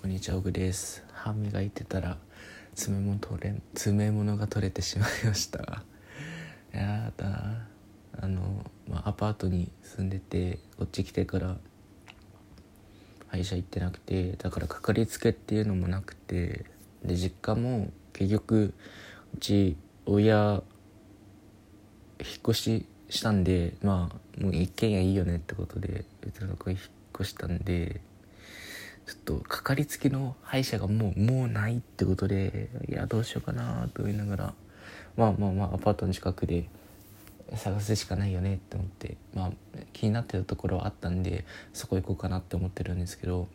こんにちは、オグです。歯磨いてたら詰め物が取れてしまいました。やだ。アパートに住んでて、こっち来てから歯医者行ってなくて、だからかかりつけっていうのもなくて、で実家も結局うち親引っ越ししたんで、もう一軒家いいよねってことで別のとこに引っ越したんで、ちょっとかかりつけの歯医者がもうないってことで、いやどうしようかなと思いながら、アパートの近くで探すしかないよねって思って、気になってたところはあったんで、そこ行こうかなって思ってるんですけど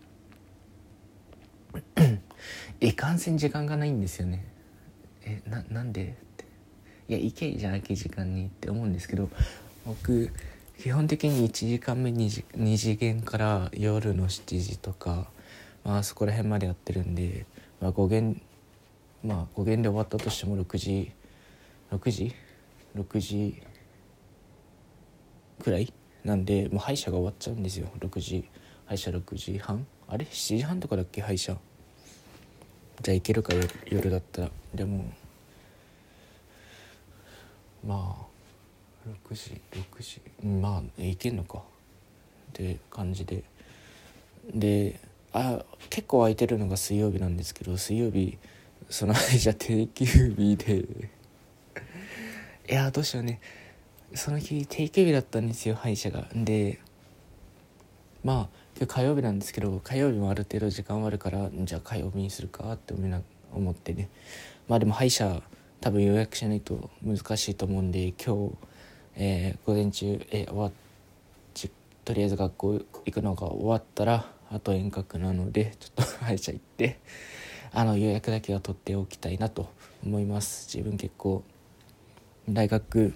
いかんせん時間がないんですよね。なんでって、いや行けじゃなきゃ時間にって思うんですけど、僕基本的に1時間目2次元から夜の7時とか、そこら辺までやってるんで、5限で終わったとしても6時くらいなんで、もう歯医者が終わっちゃうんですよ。歯医者6時半、あれ7時半とかだっけ歯医者。じゃあ行けるか、夜だったら。でも6時行けんのかって感じで、結構空いてるのが水曜日なんですけど、水曜日その歯医者定休日でいやどうしようね。その日定休日だったんですよ、歯医者が。で今日火曜日なんですけど、火曜日もある程度時間はあるから、じゃあ火曜日にするかって思ってね。でも歯医者多分予約しないと難しいと思うんで、今日、午前中、とりあえず学校行くのが終わったら、あと遠隔なのでちょっと歯医者行って予約だけは取っておきたいなと思います。自分結構大学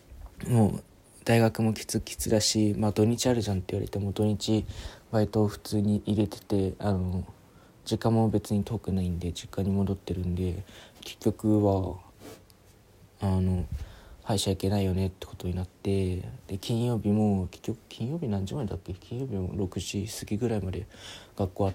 もきつだし、土日あるじゃんって言われても土日バイトを普通に入れてて、時間も別に遠くないんで実家に戻ってるんで、結局は歯医者行けないよねってことになって、で金曜日も結局金曜日何時までだっけ、金曜日も6時過ぎぐらいまで学校あって、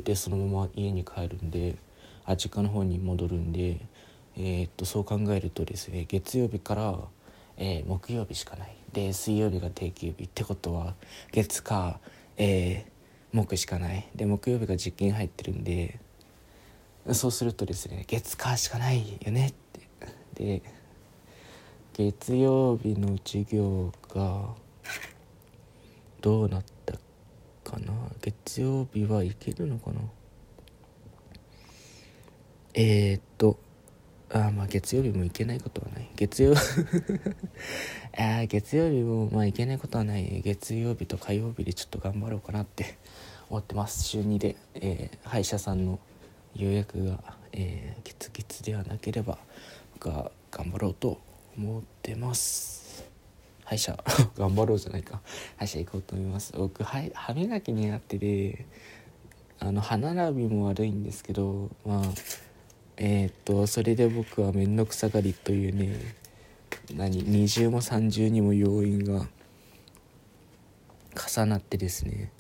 でそのまま家に帰るんで、実家の方に戻るんで、そう考えるとですね、月曜日から、木曜日しかないで、水曜日が定休日ってことは月火、木しかないで、木曜日が実験入ってるんで、そうするとですね、月火しかないよねって。で月曜日の授業がどうなったかな。月曜日はいけるのかな。月曜日もいけないことはない。月曜日もいけないことはない。月曜日と火曜日でちょっと頑張ろうかなって思ってます。週2で、歯医者さんの予約が、キツではなければ僕は頑張ろうと思ってます。歯医者頑張ろうじゃないか、歯医者行こうと思います。僕歯磨き苦手で、歯並びも悪いんですけど、それで僕は面倒くさがりというね、二重も三重にも要因が重なってですね、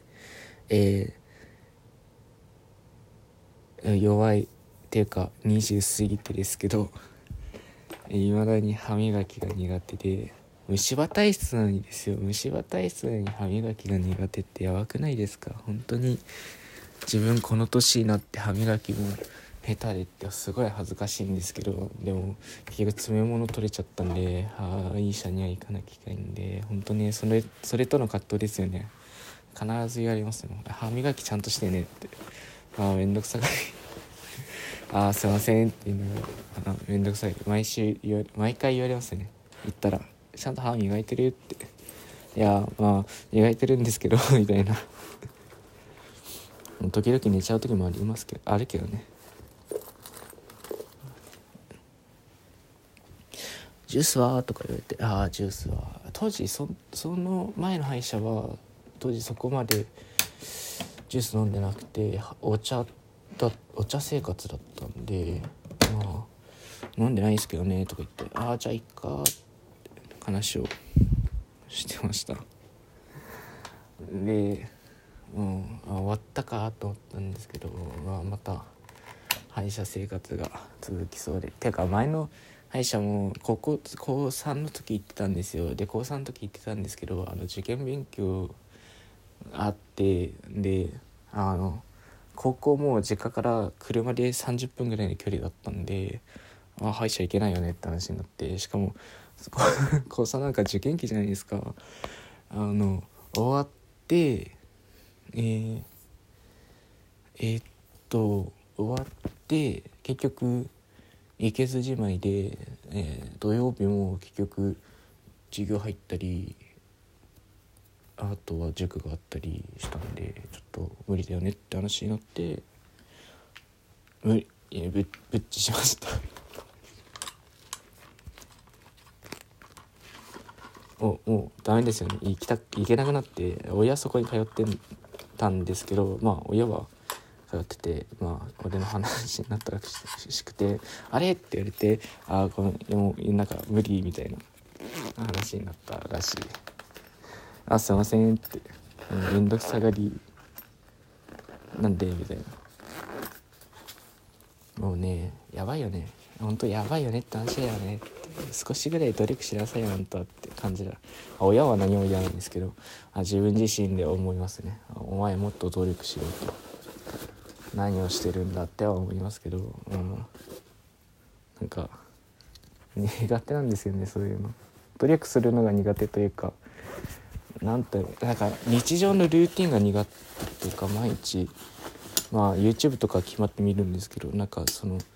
弱いっていうか20過ぎてですけど、未だに歯磨きが苦手で、虫歯体質なのにですよ。虫歯体質なのに歯磨きが苦手ってやばくないですか。本当に自分この年になって歯磨きも下手でってすごい恥ずかしいんですけど、でも結局詰め物取れちゃったんで、歯医者には行かなきゃいけないんで、本当にそれとの葛藤ですよね。必ず言われますよ。歯磨きちゃんとしてねって。めんどくさがりすいませんっていうのがめんどくさい。毎回言われますね。言ったらちゃんと歯磨いてるって、いや磨いてるんですけどみたいな。時々寝ちゃう時もあるけどね。ジュースはとか言われて、ジュースは当時その前の歯医者は当時そこまでジュース飲んでなくて、お茶生活だったんで、飲んでないですけどねとか言って、じゃあいっかって話をしてました。で終わったかと思ったんですけど、また歯医者生活が続きそうで、てか前の歯医者も高3の時行ってたんですよ。で高3の時行ってたんですけど、受験勉強あって、で高校も実家から車で30分ぐらいの距離だったんで、歯医者行けないよねって話になって、しかも高3なんか受験期じゃないですか。終わって、えーえーっ終わって結局行けずじまいで、土曜日も結局授業入ったり、あとは塾があったりしたんで、ちょっと無理だよねって話になって、ぶっちしましたもうダメですよね。行けなくなって、親そこに通ってたんですけど、親は通ってて、俺の話になったらしくて、あれって言われて、もうなんか無理みたいな話になったらしい。すいませんって、めんどくさがりなんでみたいな。もうね、やばいよね、本当やばいよねって話だよねって、少しぐらい努力しなさいよあんたって感じだ。親は何も言わないんですけど、自分自身で思いますね。お前もっと努力しろと、何をしてるんだっては思いますけど、なんか苦手なんですよね、そういうの。努力するのが苦手というか、なんか日常のルーティンが苦手というか、毎日YouTube とか決まって見るんですけど、なんか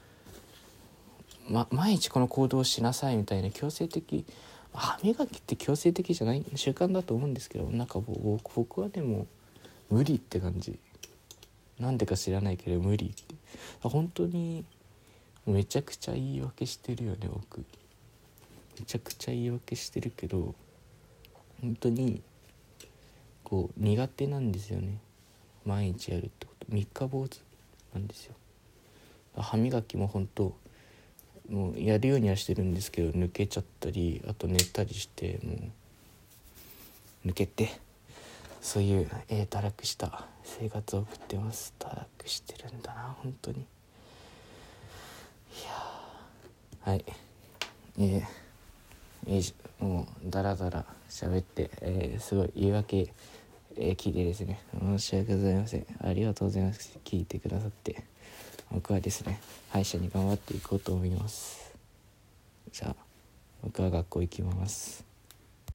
毎日この行動をしなさいみたいな強制的、歯磨きって強制的じゃない習慣だと思うんですけど、なんか僕はでも無理って感じ。なんでか知らないけど無理って、本当にめちゃくちゃ言い訳してるよね。僕めちゃくちゃ言い訳してるけど、本当に苦手なんですよね、毎日やるってこと。三日坊主なんですよ。歯磨きも本当もうやるようにはしてるんですけど、抜けちゃったり、あと寝たりして、もう抜けて、そういう、堕落した生活を送ってます。堕落してるんだな本当に。いやはい、もうダラダラ喋って、すごい言い訳、聞いてですね、申し訳ございません。ありがとうございます。聞いてくださって。僕はですね、歯医者に頑張っていこうと思います。じゃあ僕は学校行きます。